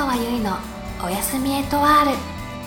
川由衣のおやすみエトワール。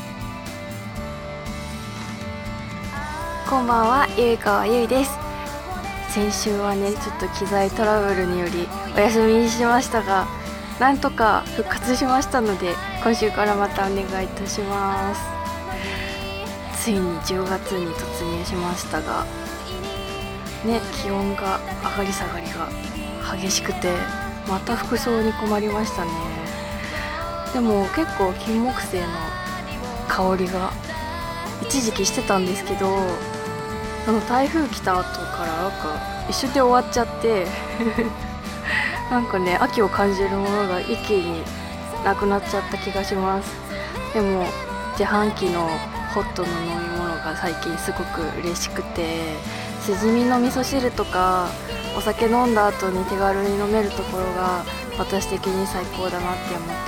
こんばんは、ゆいかわゆいです。先週はね、ちょっと機材トラブルによりお休みにしましたが、なんとか復活しましたので、今週からまたお願いいたします。ついに10月に突入しましたがね、気温が上がり下がりが激しくて、また服装に困りましたね。でも結構金木犀の香りが一時期してたんですけど、台風来た後からなんか一瞬で終わっちゃってなんかね、秋を感じるものが一気になくなっちゃった気がします。でも自販機のホットの飲み物が最近すごく嬉しくて、しじみの味噌汁とかお酒飲んだ後に手軽に飲めるところが私的に最高だなって思って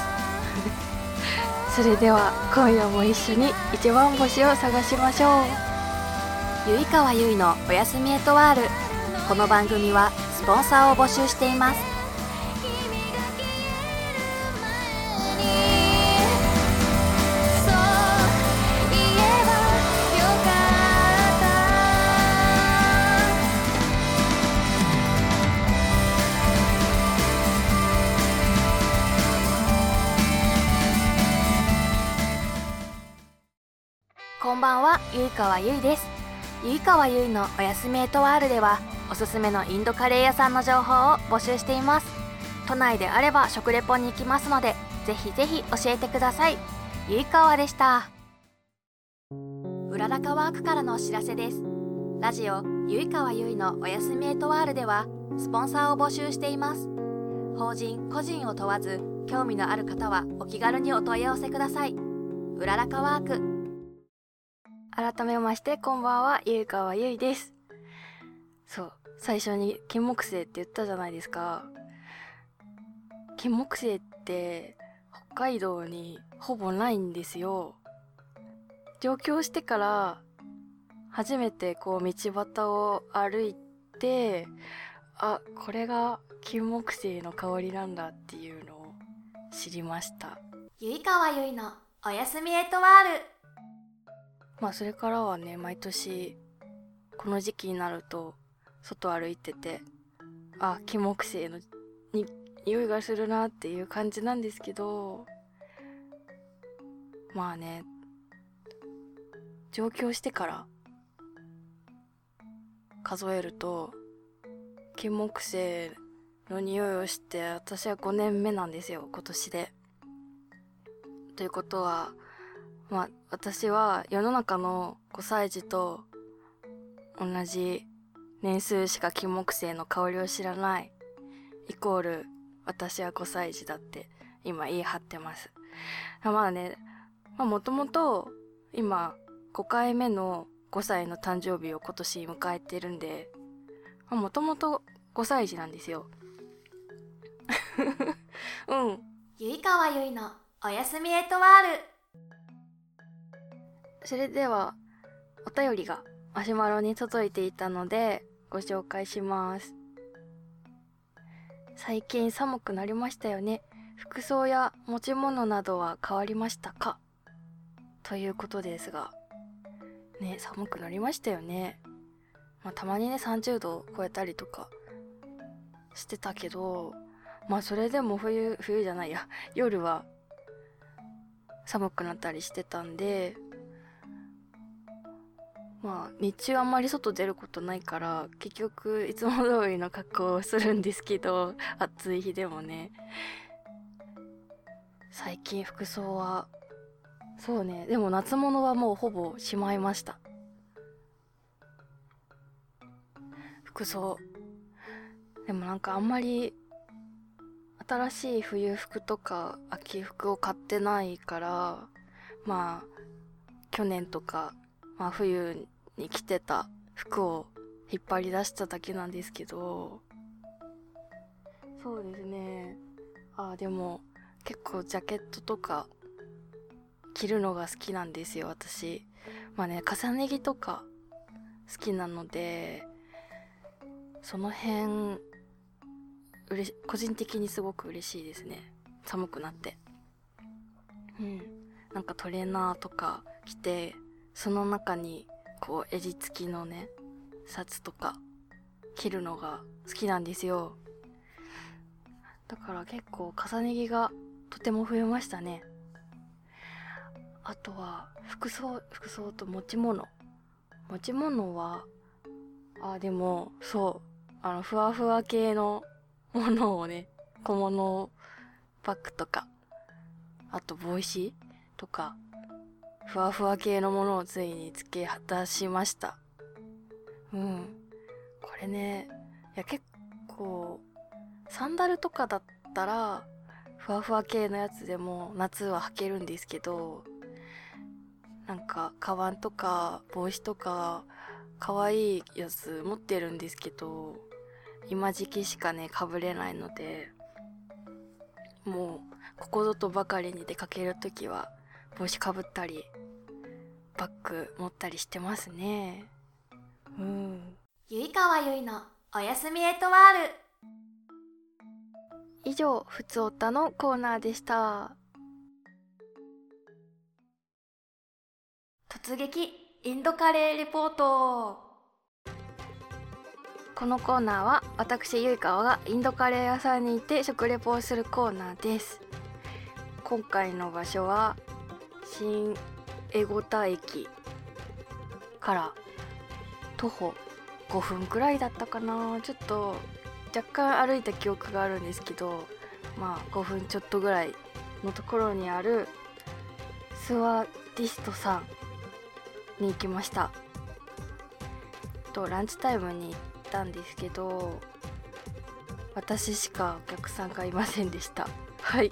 ますそれでは今夜も一緒に一番星を探しましょう。ゆいかわゆいのおやすみエトワール。この番組はスポンサーを募集しています。こんばんは、ゆいかわゆいです。ゆいかわゆいのおやすみエトワールでは、おすすめのインドカレー屋さんの情報を募集しています。都内であれば食レポに行きますので、ぜひぜひ教えてください。ゆいかわでした。うららかワークからのお知らせです。ラジオゆいかわゆいのおやすみエトワールではスポンサーを募集しています。法人個人を問わず、興味のある方はお気軽にお問い合わせください。うららかワーク。改めましてこんばんは、ゆいかわゆいです。そう、最初に金木犀って言ったじゃないですか。金木犀って北海道にほぼないんですよ。上京してから初めてこう道端を歩いて、あ、これが金木犀の香りなんだっていうのを知りました。ゆいかわゆいのおやすみエトワール。それからはね、毎年この時期になると外歩いてて、あ、金木犀の匂いがするなっていう感じなんですけど、まあね、上京してから数えると金木犀の匂いをして、私は5年目なんですよ、今年で。ということは、私は世の中の5歳児と同じ年数しか金木犀の香りを知らない、イコール私は5歳児だって今言い張ってます。もともと今5回目の5歳の誕生日を今年迎えてるんで、もともと5歳児なんですようん。ゆいかわゆいのおやすみエトワール。それではお便りがマシュマロに届いていたのでご紹介します。最近寒くなりましたよね。服装や持ち物などは変わりましたか？ということですがね、寒くなりましたよね。たまにね、30度超えたりとかしてたけど、それでも冬じゃないや、夜は寒くなったりしてたんで、日中あんまり外出ることないから結局いつも通りの格好をするんですけど、暑い日でもね。最近服装はそうね、でも夏物はもうほぼしまいました。服装でもあんまり新しい冬服とか秋服を買ってないから、去年とか、冬に着てた服を引っ張り出しただけなんですけど、そうですね。でも結構ジャケットとか着るのが好きなんですよ、私。重ね着とか好きなので、その辺個人的にすごく嬉しいですね、寒くなって。 なんかトレーナーとか着て、その中にこう襟付きのねシャツとか着るのが好きなんですよ。だから結構重ね着がとても増えましたね。あとは服装と持ち物はでもそうふわふわ系のものをね、小物バッグとか、あと帽子とかふわふわ系のものをついに付け出しました。これね、いや結構サンダルとかだったらふわふわ系のやつでも夏は履けるんですけど、なんかカバンとか帽子とか可愛いやつ持ってるんですけど、今時期しかね被れないので、もうここぞとばかりに出かけるときは帽子かぶったりバッグ持ったりしてますね。 ゆいかわゆいのおやすみエトワール。 以上、ふつおたのコーナーでした。 突撃インドカレーレポート。 このコーナーは私ゆいかわがインドカレー屋さんに行って食レポをするコーナーです。今回の場所は新江古田駅から徒歩5分くらいだったかな。ちょっと若干歩いた記憶があるんですけど、5分ちょっとぐらいのところにあるスワディストさんに行きました。ランチタイムに行ったんですけど、私しかお客さんがいませんでした。はい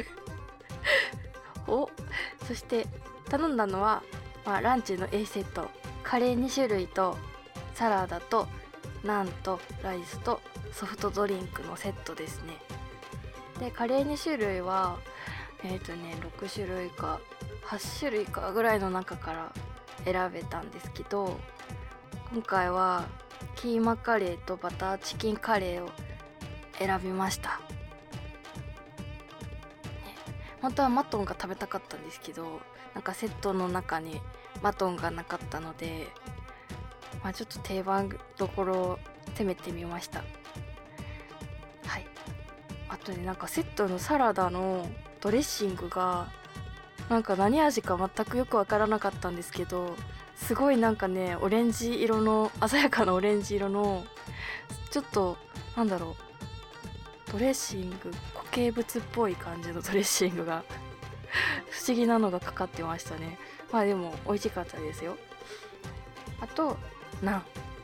そして頼んだのは、ランチの A セット、カレー2種類とサラダとナンとライスとソフトドリンクのセットですね。でカレー2種類は6種類か8種類かぐらいの中から選べたんですけど、今回はキーマカレーとバターチキンカレーを選びました。本当はマトンが食べたかったんですけど、なんかセットの中にマトンがなかったので、ちょっと定番どころを攻めてみました。はい。あとね、なんかセットのサラダのドレッシングがなんか何味か全くよくわからなかったんですけど、すごいなんかね、オレンジ色の鮮やかなオレンジ色のちょっとドレッシング、固形物っぽい感じのドレッシングが不思議なのがかかってましたね。でも美味しかったですよ。あとナン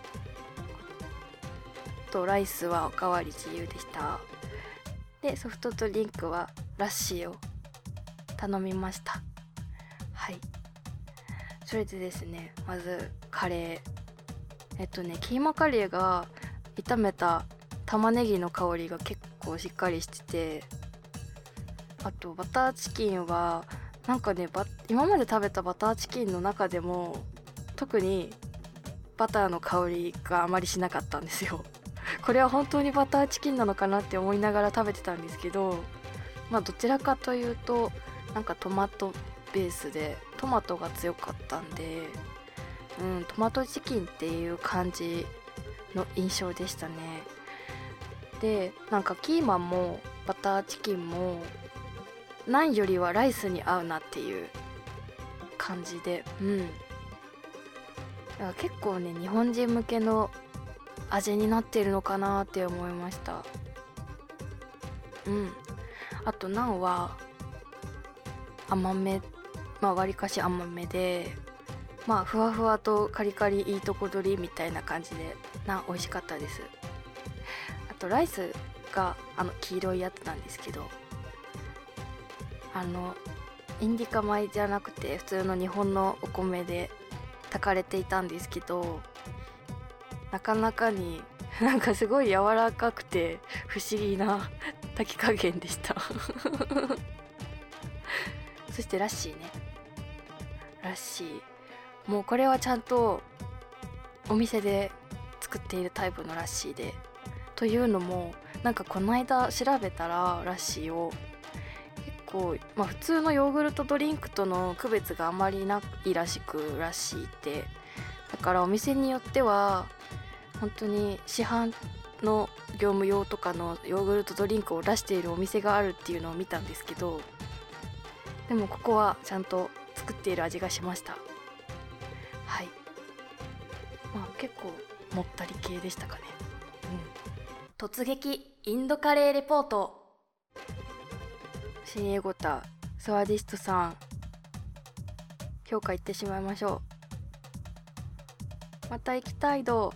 とライスはおかわり自由でした。でソフトドリンクはラッシーを頼みました。はい。それでですね、まずカレー、キーマカレーが炒めた玉ねぎの香りが結構しっかりしてて、あとバターチキンはなんかね、今まで食べたバターチキンの中でも特にバターの香りがあまりしなかったんですよ。これは本当にバターチキンなのかなって思いながら食べてたんですけど、どちらかというとなんかトマトベースでトマトが強かったんで、トマトチキンっていう感じの印象でしたね。でなんかキーマンもバターチキンもナンよりはライスに合うなっていう感じで、だから結構ね、日本人向けの味になっているのかなって思いました。あとナンは甘め、わりかし甘めで、ふわふわとカリカリいいとこ取りみたいな感じで美味しかったです。あとライスが黄色いやつなんですけど、インディカ米じゃなくて普通の日本のお米で炊かれていたんですけど、なかなかになんかすごい柔らかくて不思議な炊き加減でしたそしてラッシーね、ラッシーもうこれはちゃんとお店で作っているタイプのラッシーで、というのもなんかこの間調べたらラッシーを結構、普通のヨーグルトドリンクとの区別があまりないらしいて、だからお店によっては本当に市販の業務用とかのヨーグルトドリンクを出しているお店があるっていうのを見たんですけど、でもここはちゃんと作っている味がしました。はい、結構もったり系でしたかね。 突撃インドカレーレポート。 新英語タスワディストさん、評価いってしまいましょう。また行きたい度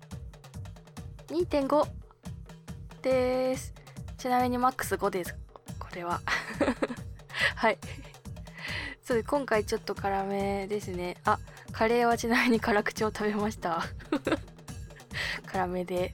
2.5 です。ちなみにマックス5です、これは。はい、そう今回ちょっと辛めですね。カレーはちなみに辛口を食べました。辛めで、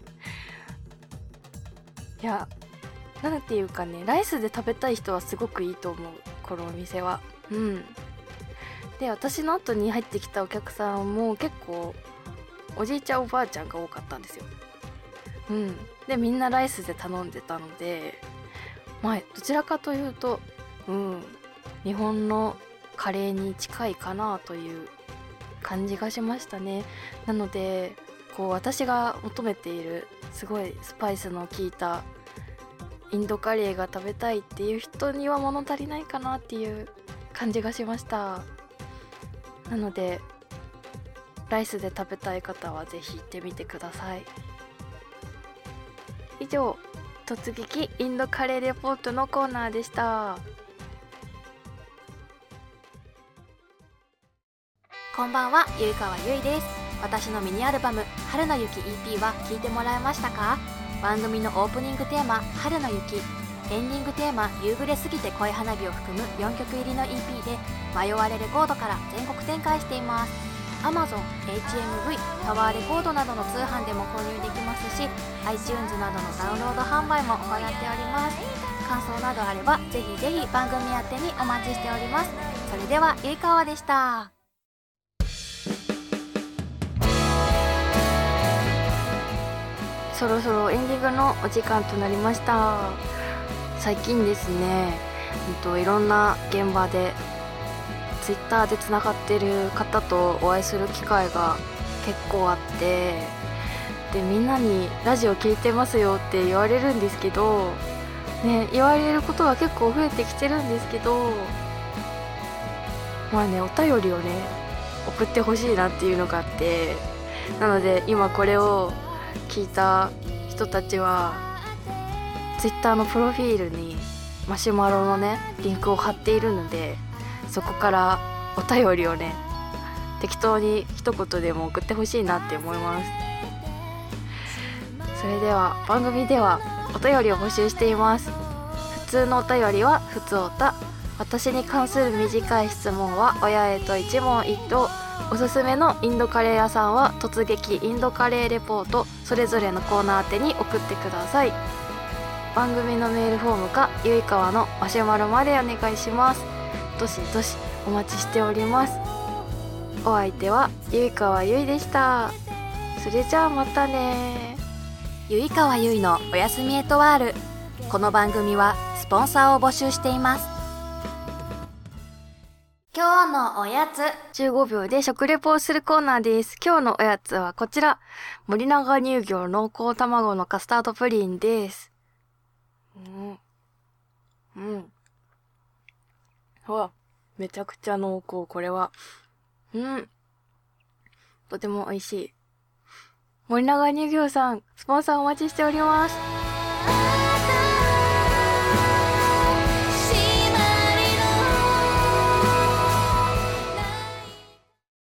いやなんていうかね、ライスで食べたい人はすごくいいと思う、このお店は。で、私の後に入ってきたお客さんも結構おじいちゃんおばあちゃんが多かったんですよ。でみんなライスで頼んでたので、どちらかというと日本のカレーに近いかなという感じがしましたね。なので私が求めているすごいスパイスの効いたインドカレーが食べたいっていう人には物足りないかなっていう感じがしました。なのでライスで食べたい方はぜひ行ってみてください。以上、突撃インドカレーレポートのコーナーでした。 こんばんは、ゆいかわゆいです。私のミニアルバム春の雪 EP は聴いてもらえましたか？番組のオープニングテーマ春の雪、エンディングテーマ夕暮れすぎて恋花火を含む4曲入りの EP で迷われレコードから全国展開しています。 Amazon、HMV、タワーレコードなどの通販でも購入できますし、 iTunes などのダウンロード販売も行っております。感想などあればぜひぜひ番組宛てにお待ちしております。それではゆいかわでした。 そろそろエンディングのお時間となりました。最近ですね、いろんな現場でツイッターでつながってる方とお会いする機会が結構あって、でみんなにラジオ聞いてますよって言われるんですけどね、言われることは結構増えてきてるんですけど、お便りをね送ってほしいなっていうのがあって、なので今これを聞いた人たちはツイッターのプロフィールにマシュマロのねリンクを貼っているので、そこからお便りをね適当に一言でも送ってほしいなって思います。それでは番組ではお便りを募集しています。普通のお便りはふつおた、私に関する短い質問は親へと一問一答、おすすめのインドカレー屋さんは突撃インドカレーレポート、それぞれのコーナー宛てに送ってください。番組のメールフォームかゆいかわのマシュマロまでお願いします。どしどしお待ちしております。お相手はゆいかわゆいでした。それじゃあまたね。 ゆいかわゆいのおやすみエトワール。この番組はスポンサーを募集しています。今日のおやつ、 15秒で食レポをするコーナーです。今日のおやつはこちら、森永乳業濃厚卵のカスタードプリンです。めちゃくちゃ濃厚、これは。とても美味しい。森永乳業さん、スポンサーお待ちしております。